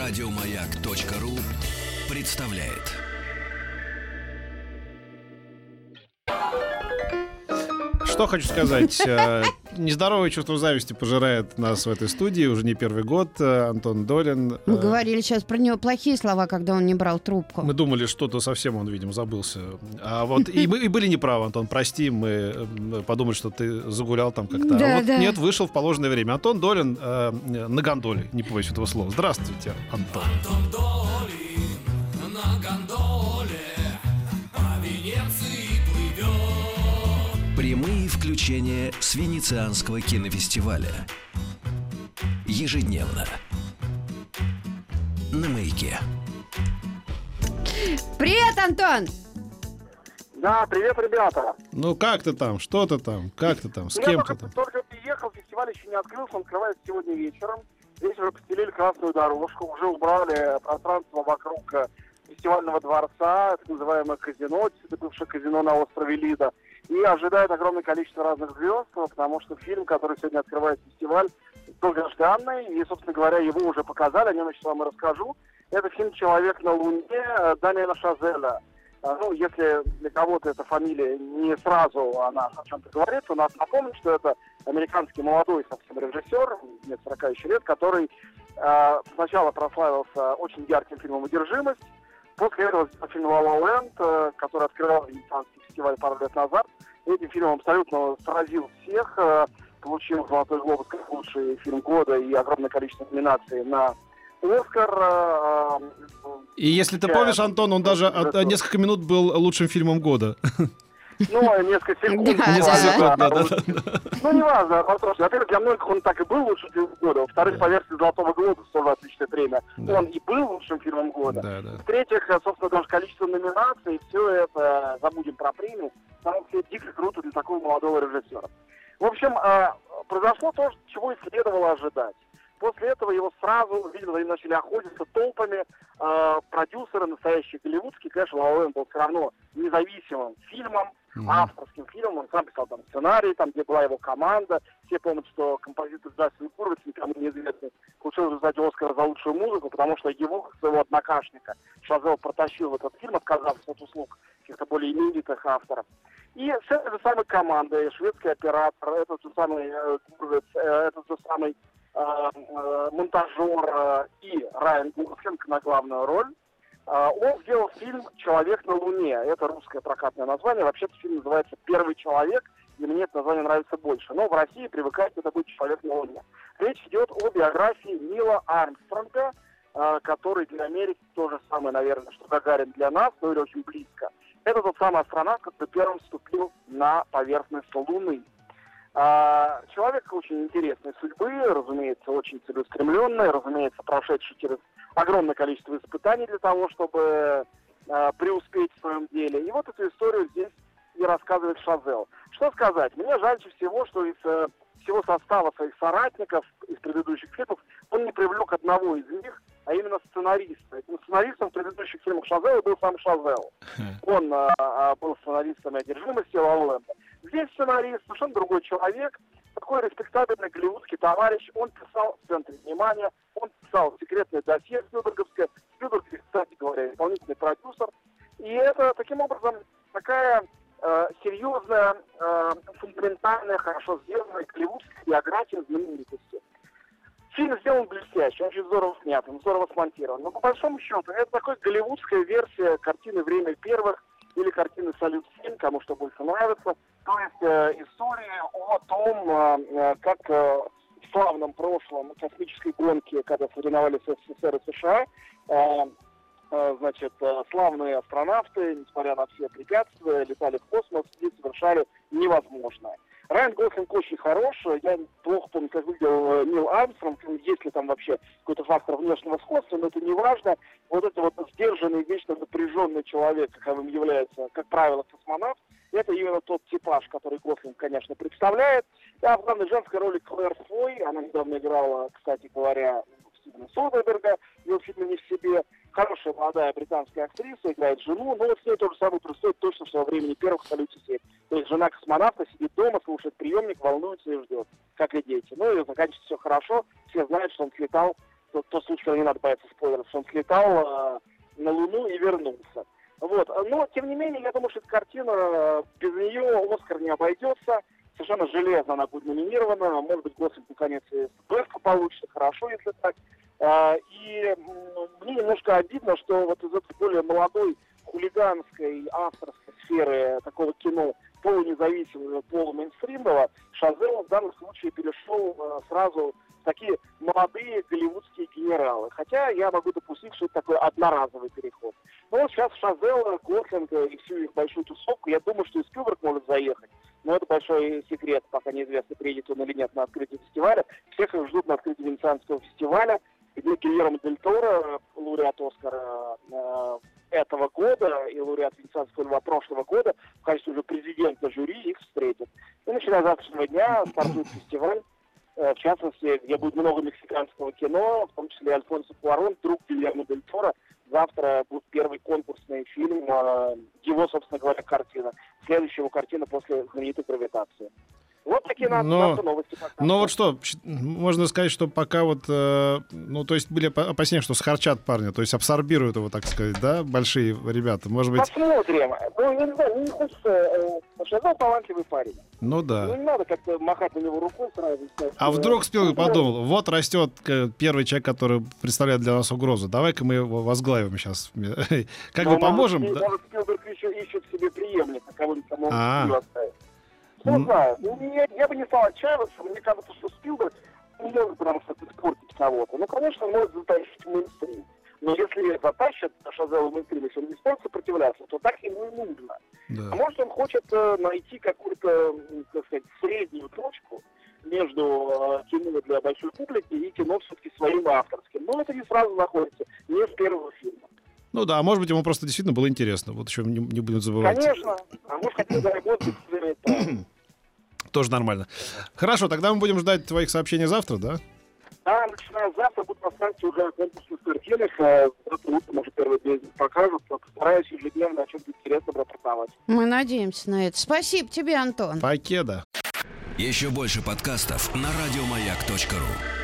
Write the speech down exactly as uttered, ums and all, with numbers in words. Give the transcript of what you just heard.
Радиомаяк.ру представляет. Что хочу сказать. Нездоровое чувство зависти пожирает нас в этой студии уже не первый год. Антон Долин. Мы говорили сейчас про него плохие слова, когда он не брал трубку. Мы думали, что-то совсем он, видимо, забылся. А вот и мы и были неправы, Антон, прости. Мы подумали, что ты загулял там как-то. Да, а вот да. нет, вышел в положенное время. Антон Долин э, на гондоле, не побоюсь этого слова. Здравствуйте, Антон. Антон Долин на гондоле по Венеции плывет. Прямые включения с Венецианского кинофестиваля. Ежедневно. На Маяке. Привет, Антон! Да, привет, ребята. Ну как ты там? Что ты там? Как ты там? С Я кем только, ты там? только приехал, фестиваль еще не открылся, он открывается сегодня вечером. Здесь уже постелили красную дорожку, уже убрали пространство вокруг э, фестивального дворца, так называемое казино, это бывшее казино на острове Лида. И ожидает огромное количество разных звезд, потому что фильм, который сегодня открывает фестиваль, долгожданный, и, собственно говоря, его уже показали, о нем я сейчас вам и расскажу. Это фильм «Человек на Луне» Дамиена Шазеля. Ну, если для кого-то эта фамилия не сразу она о чем-то говорит, то надо напомнить, что это американский молодой совсем режиссер, нет, сорока еще лет, который э, сначала прославился очень ярким фильмом «Одержимость», после этого сделал фильм «Ла Ла Ленд», э, который открывал Венецианский фестиваль пару лет назад. Этим фильмом абсолютно сразил всех, э, получил «Золотой глобус» как лучший фильм года и огромное количество номинаций на «Оскар». Э, И если ты помнишь, Антон, он даже от, от несколько минут был лучшим фильмом года. Ну, несколько секунд. Да, Несколько секунд, да, да, да. Ну, неважно, послушай, во-первых, для многих он так и был лучшим фильмом года. Во-вторых, по версии «Золотого глобуса» тоже отличное время. Да. Он и был лучшим фильмом года. Да, да. В-третьих, собственно, даже количество номинаций, все это, забудем про премию, потому что это дико круто для такого молодого режиссера. В общем, произошло то, чего и следовало ожидать. После этого его сразу, видимо, они начали охотиться толпами. Э, продюсеры настоящие голливудские, конечно, «Ла Ла Ленд» был все равно независимым фильмом, Мгм. авторским фильмом. Он сам писал там сценарий, там, где была его команда. Все помнят, что композитор Джастин Курвиц, никому неизвестный, получил в результате «Оскара» за лучшую музыку, потому что его, своего однокашника, Шазел протащил в этот фильм, отказавшись от услуг каких-то более именитых авторов. И с этой же самой командой, шведский оператор, этот же самый э, Курвиц, э, этот же самый э, э, монтажер э, и Райан Гослинг на главную роль, э, он сделал фильм «Человек на Луне». Это русское прокатное название. Вообще-то фильм называется «Первый человек», и мне это название нравится больше. Но в России привыкать это будет «Человек на Луне». Речь идет о биографии Нила Армстронга, э, который для Америки то же самое, наверное, что Гагарин для нас, но или очень близко. Это тот самый астронавт, который первым вступил на поверхность Луны. А, человек очень интересной судьбы, разумеется, очень целеустремленный, разумеется, прошедший через огромное количество испытаний для того, чтобы а, преуспеть в своем деле. И вот эту историю здесь и рассказывает Шазел. Что сказать? Мне жальче всего, что из э, всего состава своих соратников из предыдущих фильмов он не привлек одного из них, а именно сценариста. Этим сценаристом в предыдущих фильмах Шазела был сам Шазел. Он а, а, был сценаристом «Одержимости» Ла Ла Ленда. Здесь сценарист, совершенно другой человек, такой респектабельный голливудский товарищ. Он писал в центре внимания, он писал секретное досье Спилберговское. Спилберг, кстати говоря, исполнительный продюсер. И это, таким образом, такая э, серьезная, э, фундаментальная, хорошо сделанная голливудская биография знаменитости. Фильм сделан блестяще, он очень здорово снят, он здорово смонтирован. Но по большому счету это такая голливудская версия картины «Время первых» или картины «Салют семь», кому что больше нравится. То есть э, история о том, э, как э, в славном прошлом космической гонки, когда соревновались СССР и США, э, э, значит, э, славные астронавты, несмотря на все препятствия, летали в космос и совершали невозможное. Райан Гослинг очень хорош. Я плохо помню, как выглядел Нил Армстронг, есть ли там вообще какой-то фактор внешнего сходства, но это не важно. Вот это вот сдержанный, вечно напряженный человек, каковым является, как правило, космонавт, это именно тот типаж, который Гослинг, конечно, представляет. А в главной женской роли Клэр Фой, она недавно играла, кстати говоря, Стивена Содерберга, в его фильме «Не в себе». Хорошая молодая британская актриса, играет жену, но вот с ней то же самое происходит точно, что во времени первых «Салюте семь». То есть жена космонавта сидит дома, слушает приемник, волнуется и ждет, как и дети. Ну и заканчивается все хорошо, все знают, что он слетал тот, тот случай, когда не надо бояться спойлеров, что он слетал э, на Луну и вернулся. Вот. Но, тем не менее, я думаю, что эта картина, без нее Оскар не обойдется. Совершенно железно она будет номинирована. Может быть, Гослинг наконец и статуэтку получится. Хорошо, если так. А, и мне немножко обидно, что вот из этой более молодой хулиганской авторской сферы такого кино, полунезависимого, полумейнстримного, Шазел в данном случае перешел а, сразу в такие молодые голливудские генералы. Хотя я могу допустить, что это такой одноразовый переход. Но вот сейчас Шазел, Гослинг и всю их большую тусовку, я думаю, что и Спилберг может заехать. Но это большой секрет, пока неизвестно, приедет он или нет на открытие фестиваля. Всех их ждут на открытии Венецианского фестиваля. И Гильермо Дель Торо, лауреат Оскара э, этого года и лауреат Венецианского льва прошлого года, в качестве уже президента жюри их встретит. И начиная с завтрашнего дня стартует фестиваль, э, в частности, где будет много мексиканского кино, в том числе Альфонсо Куарон, друг Гильермо Дель Торо. Завтра будет первый конкурсный фильм, э, его, собственно говоря, картина. Следующая его картина после знаменитой «Гравитации». Вот такие наши но, новости. Пока. Но вот что, можно сказать, что пока вот, э, ну, то есть были опасения, что схарчат парня, то есть абсорбируют его, так сказать, да, большие ребята, может быть... Посмотрим. Ну, я не знаю, мне не хочется... Э, Шазел талантливый парень. Ну, да. Ну, не надо как-то махать на него рукой сразу. Сказать, а вдруг Спилберг подумал, вот растет первый человек, который представляет для нас угрозу, давай-ка мы его возглавим сейчас. Как бы поможем? Может, может, Спилберг еще ищет себе преемника, кого-нибудь кому А. он оставит. Не знаю. Я, я бы не стал отчаиваться. Мне кажется, что Спилберг не может, потому что это испортить кого-то. Ну, конечно, он может затащить мейнстрим. Но если затащат Шазела в мейнстрим, если он не сможет сопротивляться, то так ему и нужно. Да. А может, он хочет э, найти какую-то, так сказать, среднюю точку между э, кино для большой публики и кино все-таки своим авторским. Но это не сразу находится, не с первого фильма. Ну да, может быть, ему просто действительно было интересно. Вот еще не, не будем забывать. Конечно. А может, хотел заработать, тоже нормально. Хорошо, тогда мы будем ждать твоих сообщений завтра, да? Да, начиная завтра будут на станции уже конкурсных картинах. Завтра утром уже первые две покажут. Постараюсь ежедневно о чем-то интересном рапортовать. Мы надеемся на это. Спасибо тебе, Антон. Покеда. Еще больше подкастов на радиомаяк точка ру.